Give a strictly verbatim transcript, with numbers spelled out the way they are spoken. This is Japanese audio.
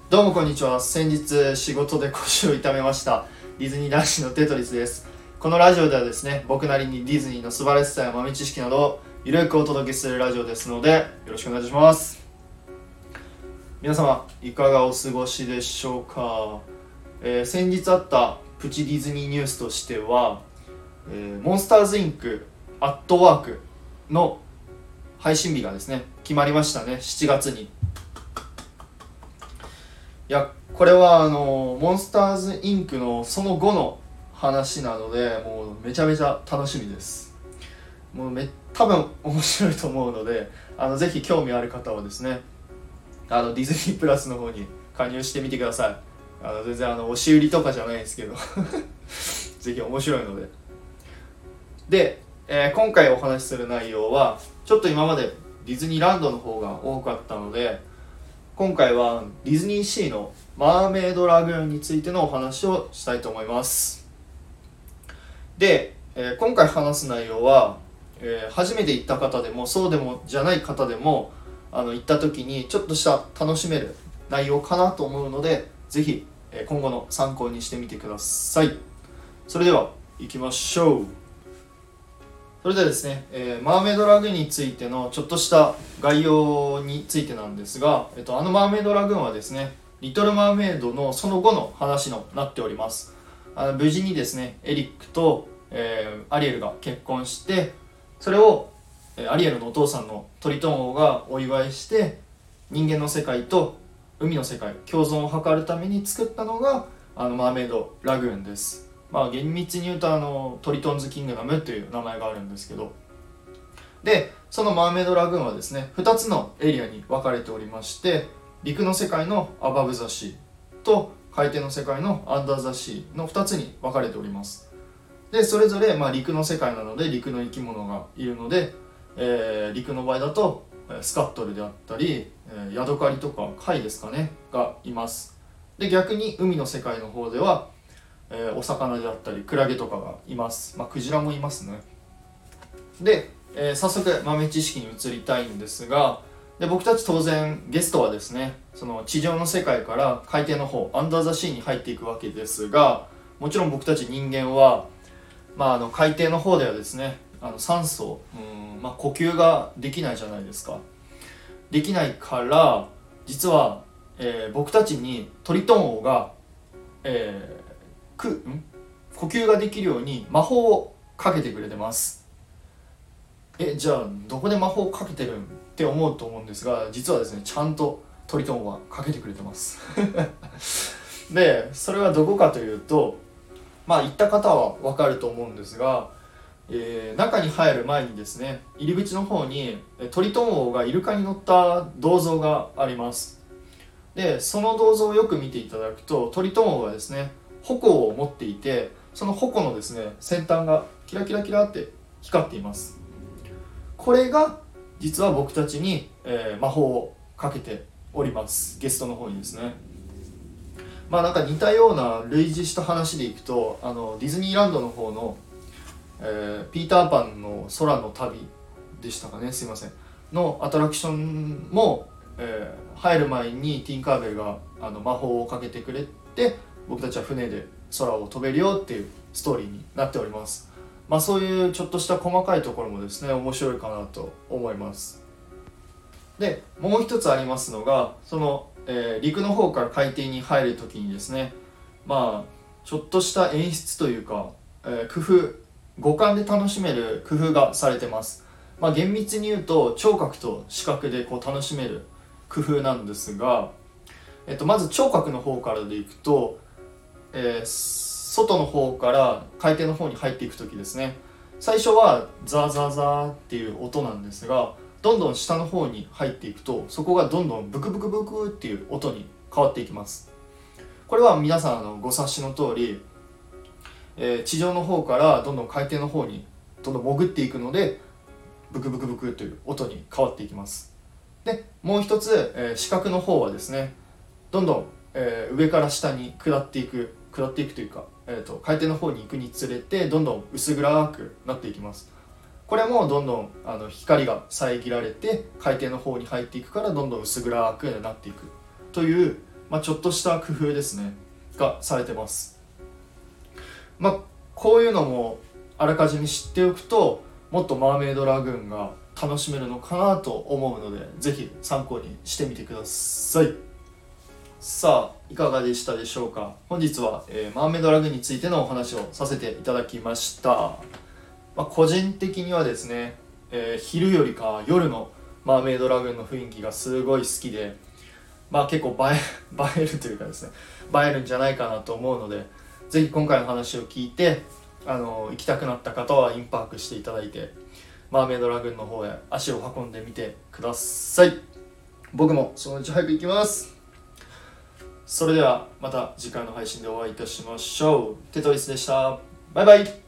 どうもこんにちは。先日仕事で腰を痛めましたディズニー男子のテトリスです。このラジオではですね、僕なりにディズニーの素晴らしさや豆知識などをゆるくお届けするラジオですので、よろしくお願いします。皆様いかがお過ごしでしょうか。えー、先日あったプチディズニーニュースとしては、えー、モンスターズインクアットワークの配信日がですね決まりましたね。しちがつに。いやこれはあのモンスターズインクのその後の話なので、もうめちゃめちゃ楽しみです。もうめ多分面白いと思うので、あのぜひ興味ある方はですね、あのディズニープラスの方に加入してみてください。あの全然あの押し売りとかじゃないですけどぜひ面白いので。で、えー、今回お話しする内容はちょっと今までディズニーランドの方が多かったので、今回はディズニーシーのマーメイドラグーンについてのお話をしたいと思います。で、えー、今回話す内容は、えー、初めて行った方でもそうでもじゃない方でもあの行った時にちょっとした楽しめる内容かなと思うので、ぜひ、えー、今後の参考にしてみてください。それでは行きましょう。それではですね、えー、マーメイドラグーンについてのちょっとした概要についてなんですが、えっと、あのマーメイドラグーンはですね、リトルマーメイドのその後の話になっております。あの無事にですね、エリックと、えー、アリエルが結婚して、それを、えー、アリエルのお父さんのトリトン王がお祝いして、人間の世界と海の世界共存を図るために作ったのがあのマーメイドラグーンです。まあ厳密に言うとあのトリトンズキングダムという名前があるんですけど、でそのマーメイドラグーンはですねふたつのエリアに分かれておりまして、陸の世界のアバブザシーと海底の世界のアンダーザシーのふたつに分かれております。でそれぞれ、まあ、陸の世界なので陸の生き物がいるので、えー、陸の場合だとスカットルであったりヤドカリとか貝ですかねがいます。で逆に海の世界の方ではえー、お魚であったりクラゲとかがいます。まあクジラもいますね。で、えー、早速豆知識に移りたいんですが、で僕たち当然ゲストはですね、その地上の世界から海底の方アンダーザシーに入っていくわけですが、もちろん僕たち人間は、まあ、あの海底の方ではですね、あの酸素、うん、まあ、呼吸ができないじゃないですか。できないから実は、えー、僕たちにトリトン王が、えーくん呼吸ができるように魔法をかけてくれてます。えじゃあどこで魔法をかけてるんって思うと思うんですが、実はですねちゃんとトリトンはかけてくれてますでそれはどこかというと、まあ行った方は分かると思うんですが、えー、中に入る前にですね、入り口の方にトリトン王がイルカに乗った銅像があります。でその銅像をよく見ていただくと、トリトン王はですね矛を持っていて、その矛のですね先端がキラキラキラって光っています。これが実は僕たちに、えー、魔法をかけております。ゲストの方にですね。まあなんか似たような類似した話でいくと、あのディズニーランドの方の、えー、ピーターパンの空の旅でしたかね、すいませんのアトラクションも、えー、入る前にティンカーベルがあの魔法をかけてくれて、僕たちは船で空を飛べるよっていうストーリーになっております。まあそういうちょっとした細かいところもですね面白いかなと思います。でもう一つありますのが、その、えー、陸の方から海底に入るときにですね、まあちょっとした演出というか、えー、工夫五感で楽しめる工夫がされてます。まあ厳密に言うと聴覚と視覚でこう楽しめる工夫なんですが、えっと、まず聴覚の方からでいくと、えー、外の方から海底の方に入っていく時ですね、最初はザーザーザーっていう音なんですが、どんどん下の方に入っていくとそこがどんどんブクブクブクっていう音に変わっていきます。これは皆さんあのご察しの通り、えー、地上の方からどんどん海底の方にどんどん潜っていくのでブクブクブクという音に変わっていきます。でもう一つ、えー、視覚の方はですね、どんどん、えー、上から下に下っていく下っていくというか、えーと、海底の方に行くにつれてどんどん薄暗くなっていきます。これもどんどんあの光が遮られて海底の方に入っていくからどんどん薄暗くなっていくという、 まあ、ちょっとした工夫ですねがされてます。まあこういうのもあらかじめ知っておくともっとマーメイドラグーンが楽しめるのかなと思うので、ぜひ参考にしてみてください。さあいかがでしたでしょうか。本日は、えー、マーメイドラグーンについてのお話をさせていただきました。まあ、個人的にはですね、えー、昼よりか夜のマーメイドラグーンの雰囲気がすごい好きで、まあ結構映え、映えるというかですね、映えるんじゃないかなと思うので、ぜひ今回の話を聞いてあの行きたくなった方はインパークしていただいて、マーメイドラグーンの方へ足を運んでみてください。僕もそのうち早く行きます。それではまた次回の配信でお会いいたしましょう。テトリスでした。バイバイ。